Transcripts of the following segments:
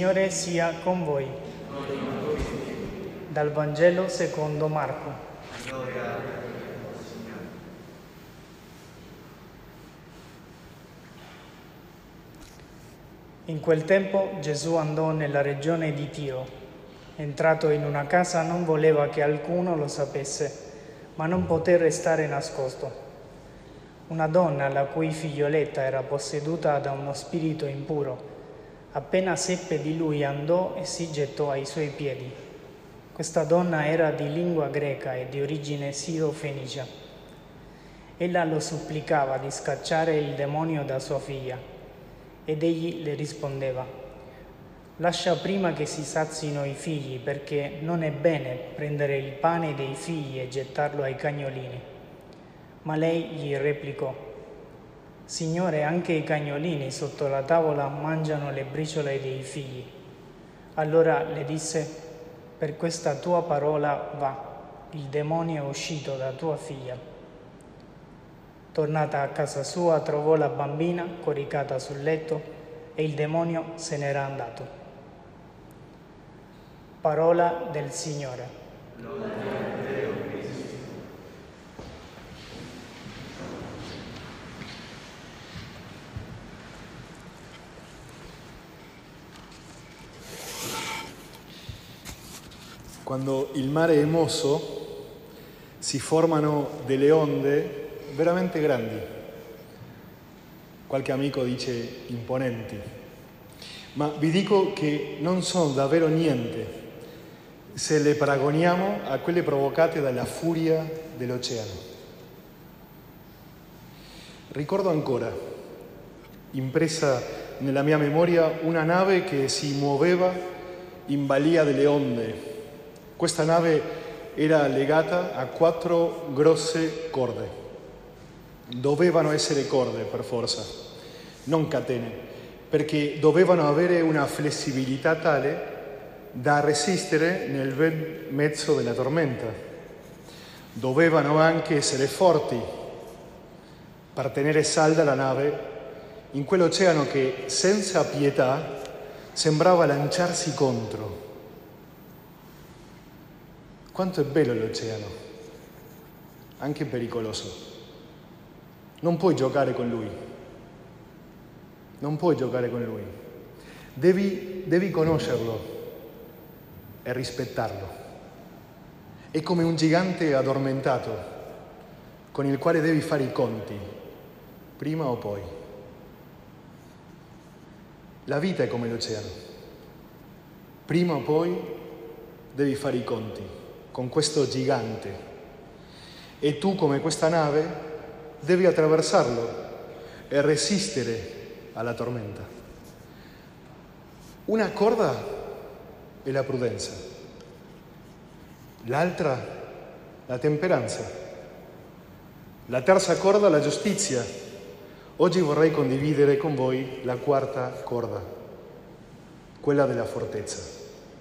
Signore sia con voi. Dal Vangelo secondo Marco. In quel tempo Gesù andò nella regione di Tiro. Entrato in una casa non voleva che alcuno lo sapesse, ma non poté restare nascosto. Una donna la cui figlioletta era posseduta da uno spirito impuro, appena seppe di lui andò e si gettò ai suoi piedi. Questa donna era di lingua greca e di origine siro-fenicia. Ella lo supplicava di scacciare il demonio da sua figlia, ed egli le rispondeva: «Lascia prima che si sazino i figli, perché non è bene prendere il pane dei figli e gettarlo ai cagnolini». Ma lei gli replicò: «Signore, anche i cagnolini sotto la tavola mangiano le briciole dei figli». Allora le disse: «Per questa tua parola va, il demonio è uscito da tua figlia». Tornata a casa sua trovò la bambina coricata sul letto e il demonio se n'era andato. Parola del Signore. Quando il mare è mosso si formano delle onde veramente grandi. Qualche amico dice imponenti, ma vi dico che non sono davvero niente se le paragoniamo a quelle provocate dalla furia dell'oceano. Ricordo ancora, impressa nella mia memoria, una nave che si muoveva in balia delle onde. Questa nave era legata a 4 grosse corde. Dovevano essere corde per forza, non catene, perché dovevano avere una flessibilità tale da resistere nel bel mezzo della tormenta. Dovevano anche essere forti per tenere salda la nave in quell'oceano che senza pietà sembrava lanciarsi contro. Quanto è bello l'oceano, anche pericoloso. Non puoi giocare con lui. Non puoi giocare con lui. Devi conoscerlo e rispettarlo. È come un gigante addormentato con il quale devi fare i conti, prima o poi. La vita è come l'oceano. Prima o poi devi fare i conti con questo gigante. E tu, come questa nave, devi attraversarlo e resistere alla tormenta. Una corda è la prudenza, l'altra la temperanza, la terza corda la giustizia. Oggi vorrei condividere con voi la quarta corda, quella della fortezza.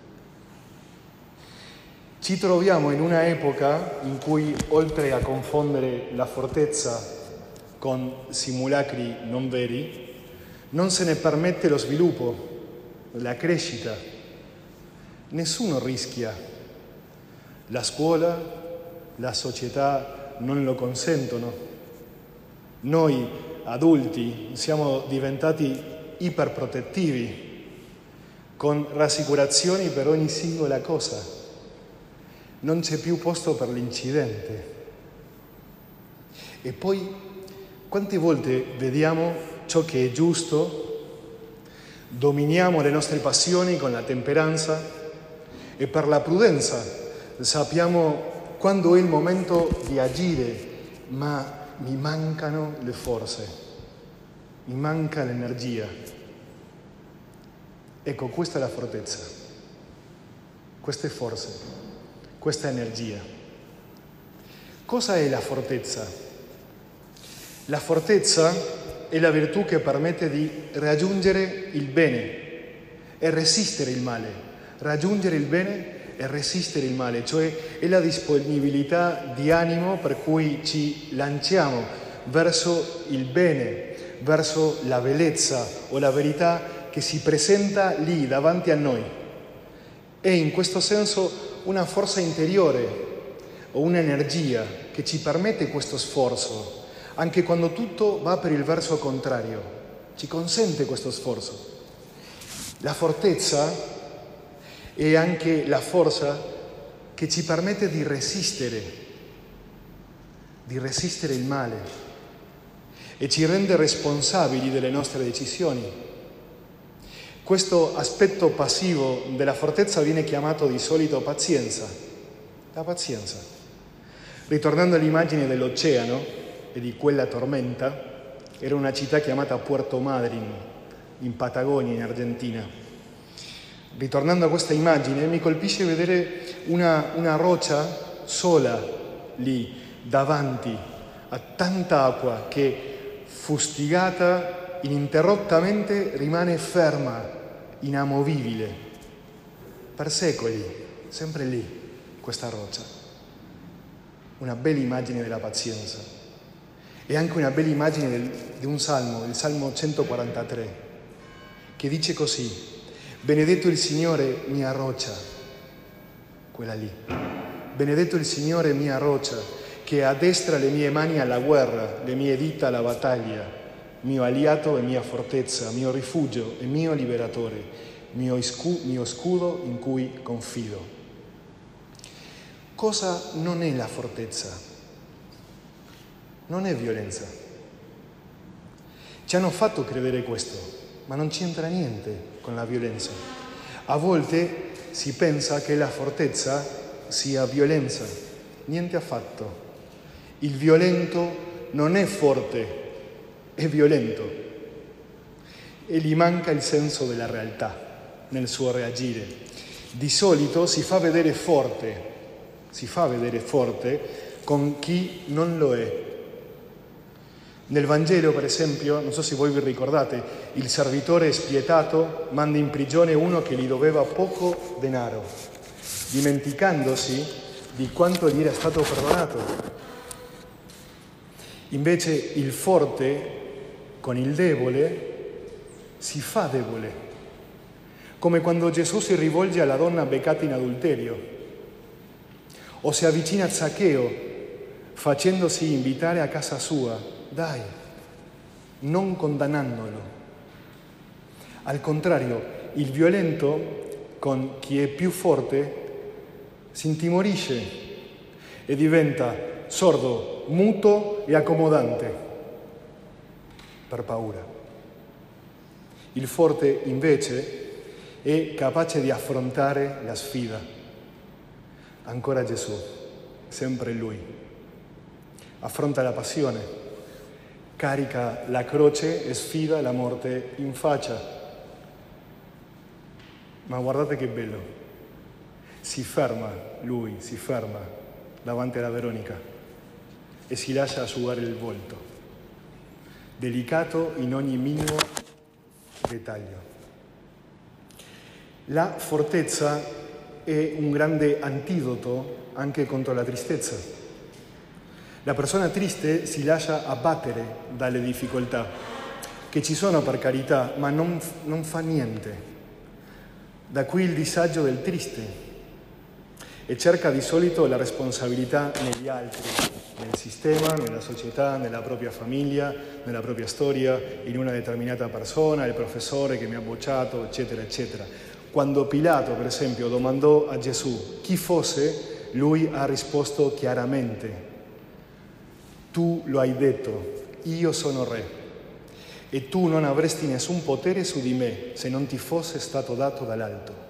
Ci troviamo in una epoca in cui, oltre a confondere la fortezza con simulacri non veri, non se ne permette lo sviluppo, la crescita. Nessuno rischia. La scuola, la società non lo consentono. Noi adulti siamo diventati iperprotettivi, con rassicurazioni per ogni singola cosa. Non c'è più posto per l'incidente. E poi, quante volte vediamo ciò che è giusto, dominiamo le nostre passioni con la temperanza e per la prudenza sappiamo quando è il momento di agire, ma mi mancano le forze, mi manca l'energia. Ecco, questa è la fortezza, queste forze. Questa energia. Cosa è la fortezza? La fortezza è la virtù che permette di raggiungere il bene e resistere il male. Raggiungere il bene e resistere il male, cioè è la disponibilità di animo per cui ci lanciamo verso il bene, verso la bellezza o la verità che si presenta lì davanti a noi. È in questo senso una forza interiore o un'energia che ci permette questo sforzo, anche quando tutto va per il verso contrario, ci consente questo sforzo. La fortezza è anche la forza che ci permette di resistere il male e ci rende responsabili delle nostre decisioni. Questo aspetto passivo della fortezza viene chiamato di solito pazienza, la pazienza. Ritornando all'immagine dell'oceano e di quella tormenta, era una città chiamata Puerto Madryn, in Patagonia, in Argentina. Ritornando a questa immagine, mi colpisce vedere una roccia sola lì, davanti a tanta acqua che, fustigata ininterrottamente, rimane ferma, inamovibile, per secoli, sempre lì, questa roccia. Una bella immagine della pazienza. E anche una bella immagine di un salmo, il Salmo 143, che dice così: benedetto il Signore mia roccia, quella lì. Benedetto il Signore mia roccia, che addestra le mie mani alla guerra, le mie dita alla battaglia, mio alleato e mia fortezza, mio rifugio e mio liberatore, mio scudo in cui confido. Cosa non è la fortezza? Non è violenza. Ci hanno fatto credere questo, ma non c'entra niente con la violenza. A volte si pensa che la fortezza sia violenza. Niente affatto. Il violento non è forte, è violento e gli manca il senso della realtà nel suo reagire. Di solito si fa vedere forte con chi non lo è. Nel Vangelo, per esempio, non so se voi vi ricordate, il servitore spietato manda in prigione uno che gli doveva poco denaro, dimenticandosi di quanto gli era stato perdonato. Invece il forte con il debole si fa debole, come quando Gesù si rivolge alla donna beccata in adulterio o si avvicina a Zaccheo facendosi invitare a casa sua, dai, non condannandolo. Al contrario, il violento con chi è più forte si intimorisce e diventa sordo, muto e accomodante per paura. Il forte invece è capace di affrontare la sfida. Ancora Gesù, sempre Lui. Affronta la passione, carica la croce e sfida la morte in faccia. Ma guardate che bello, si ferma davanti alla Veronica e si lascia asciugare il volto, delicato in ogni minimo dettaglio. La fortezza è un grande antidoto anche contro la tristezza. La persona triste si lascia abbattere dalle difficoltà, che ci sono per carità, ma non fa niente. Da qui il disagio del triste, e cerca di solito la responsabilità negli altri, nel sistema, nella società, nella propria famiglia, nella propria storia, in una determinata persona, il professore che mi ha bocciato, eccetera, eccetera. Quando Pilato, per esempio, domandò a Gesù chi fosse, lui ha risposto chiaramente: tu lo hai detto, io sono re e tu non avresti nessun potere su di me se non ti fosse stato dato dall'alto.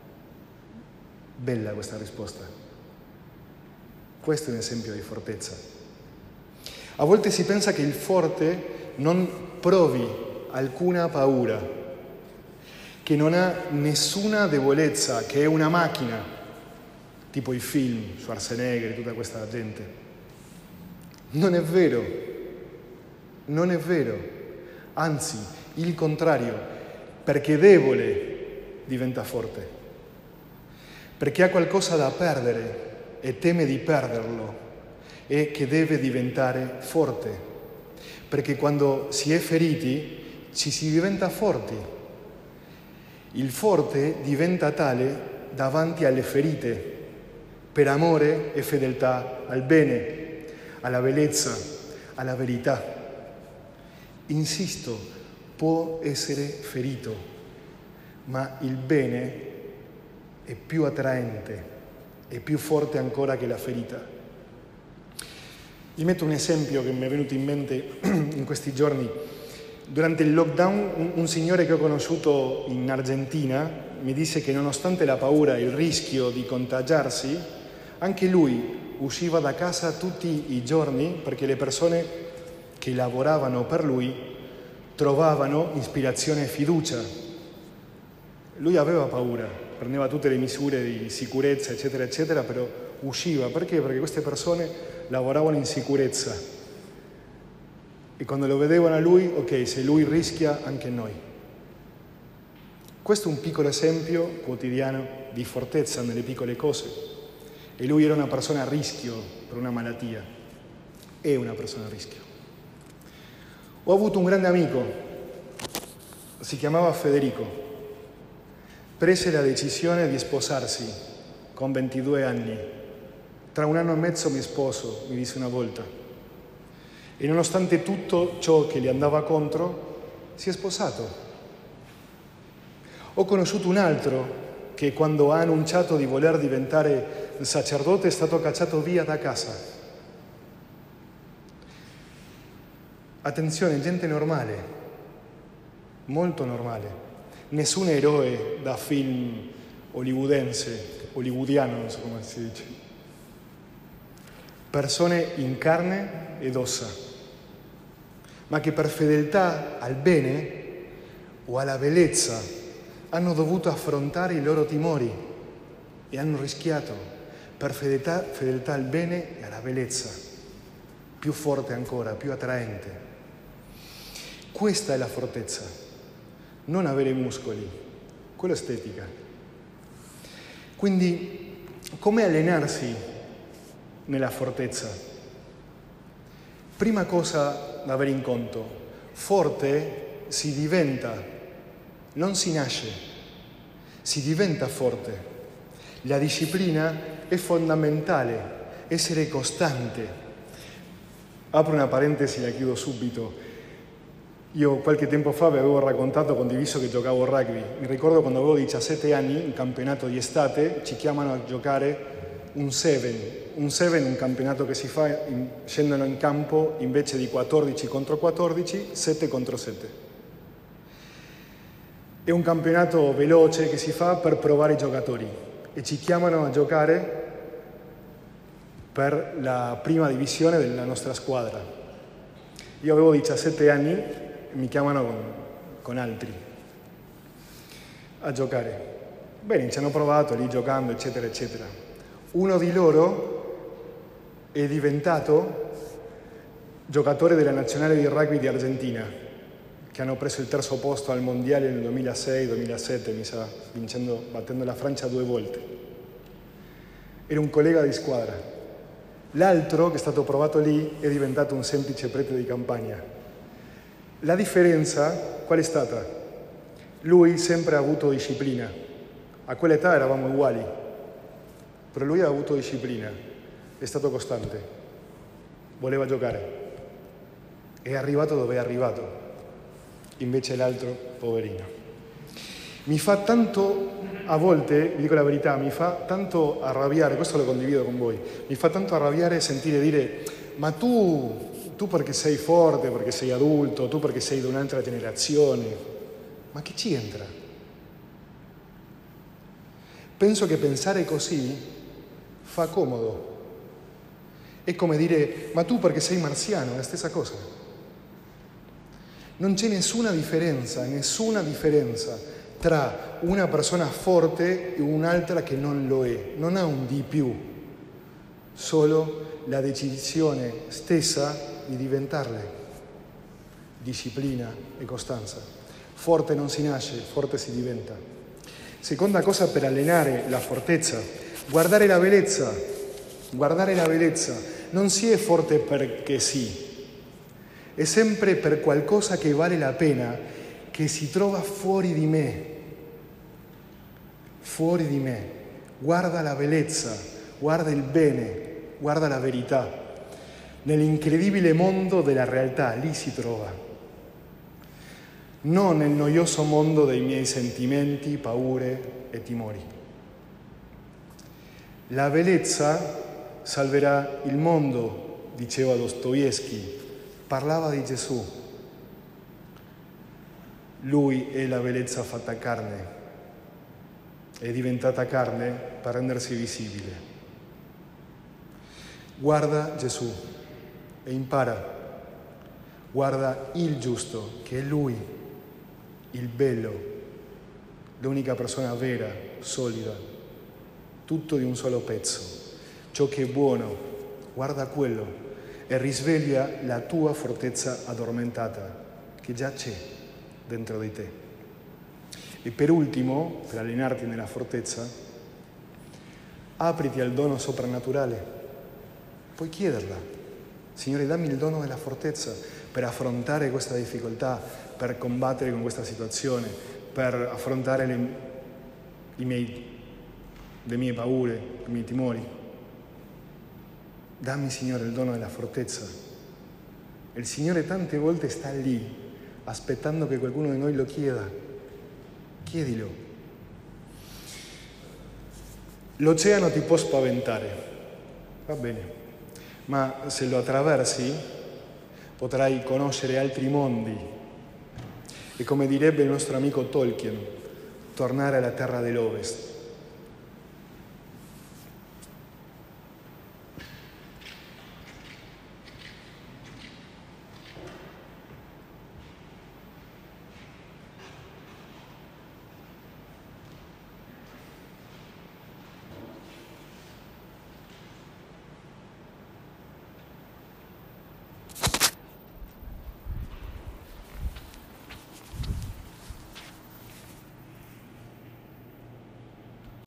Bella questa risposta. Questo è un esempio di fortezza. A volte si pensa che il forte non provi alcuna paura, che non ha nessuna debolezza, che è una macchina, tipo i film, Schwarzenegger e tutta questa gente. Non è vero, non è vero. Anzi, il contrario, perché debole diventa forte. Perché ha qualcosa da perdere e teme di perderlo e che deve diventare forte. Perché quando si è feriti ci si diventa forti Il forte diventa tale davanti alle ferite, per amore e fedeltà al bene, alla bellezza, alla verità. Insisto, può essere ferito, ma il bene è più attraente, è più forte ancora che la ferita. Vi metto un esempio che mi è venuto in mente in questi giorni. Durante il lockdown un signore che ho conosciuto in Argentina mi disse che nonostante la paura e il rischio di contagiarsi, anche lui usciva da casa tutti i giorni perché le persone che lavoravano per lui trovavano ispirazione e fiducia. Lui aveva paura, prendeva tutte le misure di sicurezza, eccetera, eccetera, però usciva. Perché? Perché queste persone lavoravano in sicurezza. E quando lo vedevano a lui, ok, se lui rischia, anche noi. Questo è un piccolo esempio quotidiano di fortezza nelle piccole cose. E lui era una persona a rischio per una malattia. È una persona a rischio. Ho avuto un grande amico, si chiamava Federico. Prese la decisione di sposarsi con 22 anni. Tra un anno e mezzo mi sposo, mi disse una volta. E nonostante tutto ciò che gli andava contro, si è sposato. Ho conosciuto un altro che quando ha annunciato di voler diventare sacerdote è stato cacciato via da casa. Attenzione, gente normale, molto normale. Nessun eroe da film hollywoodiano, non so come si dice. Persone in carne ed ossa, ma che per fedeltà al bene o alla bellezza hanno dovuto affrontare i loro timori e hanno rischiato per fedeltà al bene e alla bellezza, più forte ancora, più attraente. Questa è la fortezza, non avere muscoli, quello è estetica. Quindi, come allenarsi nella fortezza? Prima cosa da avere in conto, forte si diventa, non si nasce, si diventa forte. La disciplina è fondamentale, essere costante. Apro una parentesi, la chiudo subito. Io qualche tempo fa vi avevo raccontato, condiviso che giocavo a rugby. Mi ricordo quando avevo 17 anni, in campionato di estate, ci chiamano a giocare un seven, un campionato che si fa scendono in campo invece di 14 contro 14, 7 contro 7. È un campionato veloce che si fa per provare i giocatori e ci chiamano a giocare per la prima divisione della nostra squadra. Io avevo 17 anni e mi chiamano con altri a giocare. Bene, ci hanno provato lì giocando, eccetera, eccetera. Uno di loro è diventato giocatore della nazionale di rugby di Argentina, che hanno preso il terzo posto al mondiale nel 2006-2007, mi sa, battendo la Francia 2 volte. Era un collega di squadra. L'altro, che è stato provato lì, è diventato un semplice prete di campagna. La differenza qual è stata? Lui sempre ha avuto disciplina. A quell'età eravamo uguali. Però lui ha avuto disciplina, è stato costante, voleva giocare, è arrivato dove è arrivato, invece l'altro, poverino. Mi fa tanto, a volte, vi dico la verità, mi fa tanto arrabbiare, questo lo condivido con voi, mi fa tanto arrabbiare sentire dire, ma tu perché sei forte, perché sei adulto, tu perché sei di un'altra generazione, ma che ci entra? Penso che pensare così fa comodo. È come dire, ma tu perché sei marziano, è la stessa cosa. Non c'è nessuna differenza tra una persona forte e un'altra che non lo è. Non ha un di più, solo la decisione stessa di diventarle. Disciplina e costanza. Forte non si nasce, forte si diventa. Seconda cosa per allenare la fortezza. Guardare la bellezza, non si è forte perché sì, è sempre per qualcosa che vale la pena, che si trova fuori di me. fuori di me, guarda la bellezza, guarda il bene, guarda la verità. Nell'incredibile mondo della realtà, lì si trova. Non nel noioso mondo dei miei sentimenti, paure e timori. La bellezza salverà il mondo, diceva Dostoevskij, parlava di Gesù. Lui è la bellezza fatta carne, è diventata carne per rendersi visibile. Guarda Gesù e impara. Guarda il giusto, che è Lui, il bello, l'unica persona vera, solida, tutto di un solo pezzo. Ciò che è buono, guarda quello e risveglia la tua fortezza addormentata che già c'è dentro di te. E per ultimo, per allenarti nella fortezza, apriti al dono soprannaturale. Puoi chiederla: Signore, dammi il dono della fortezza per affrontare questa difficoltà, per combattere con questa situazione, per affrontare le mie paure, i miei timori. Dammi, Signore, il dono della fortezza. E il Signore tante volte sta lì, aspettando che qualcuno di noi lo chieda. Chiedilo. L'oceano ti può spaventare, va bene, ma se lo attraversi potrai conoscere altri mondi e, come direbbe il nostro amico Tolkien, tornare alla terra dell'Ovest.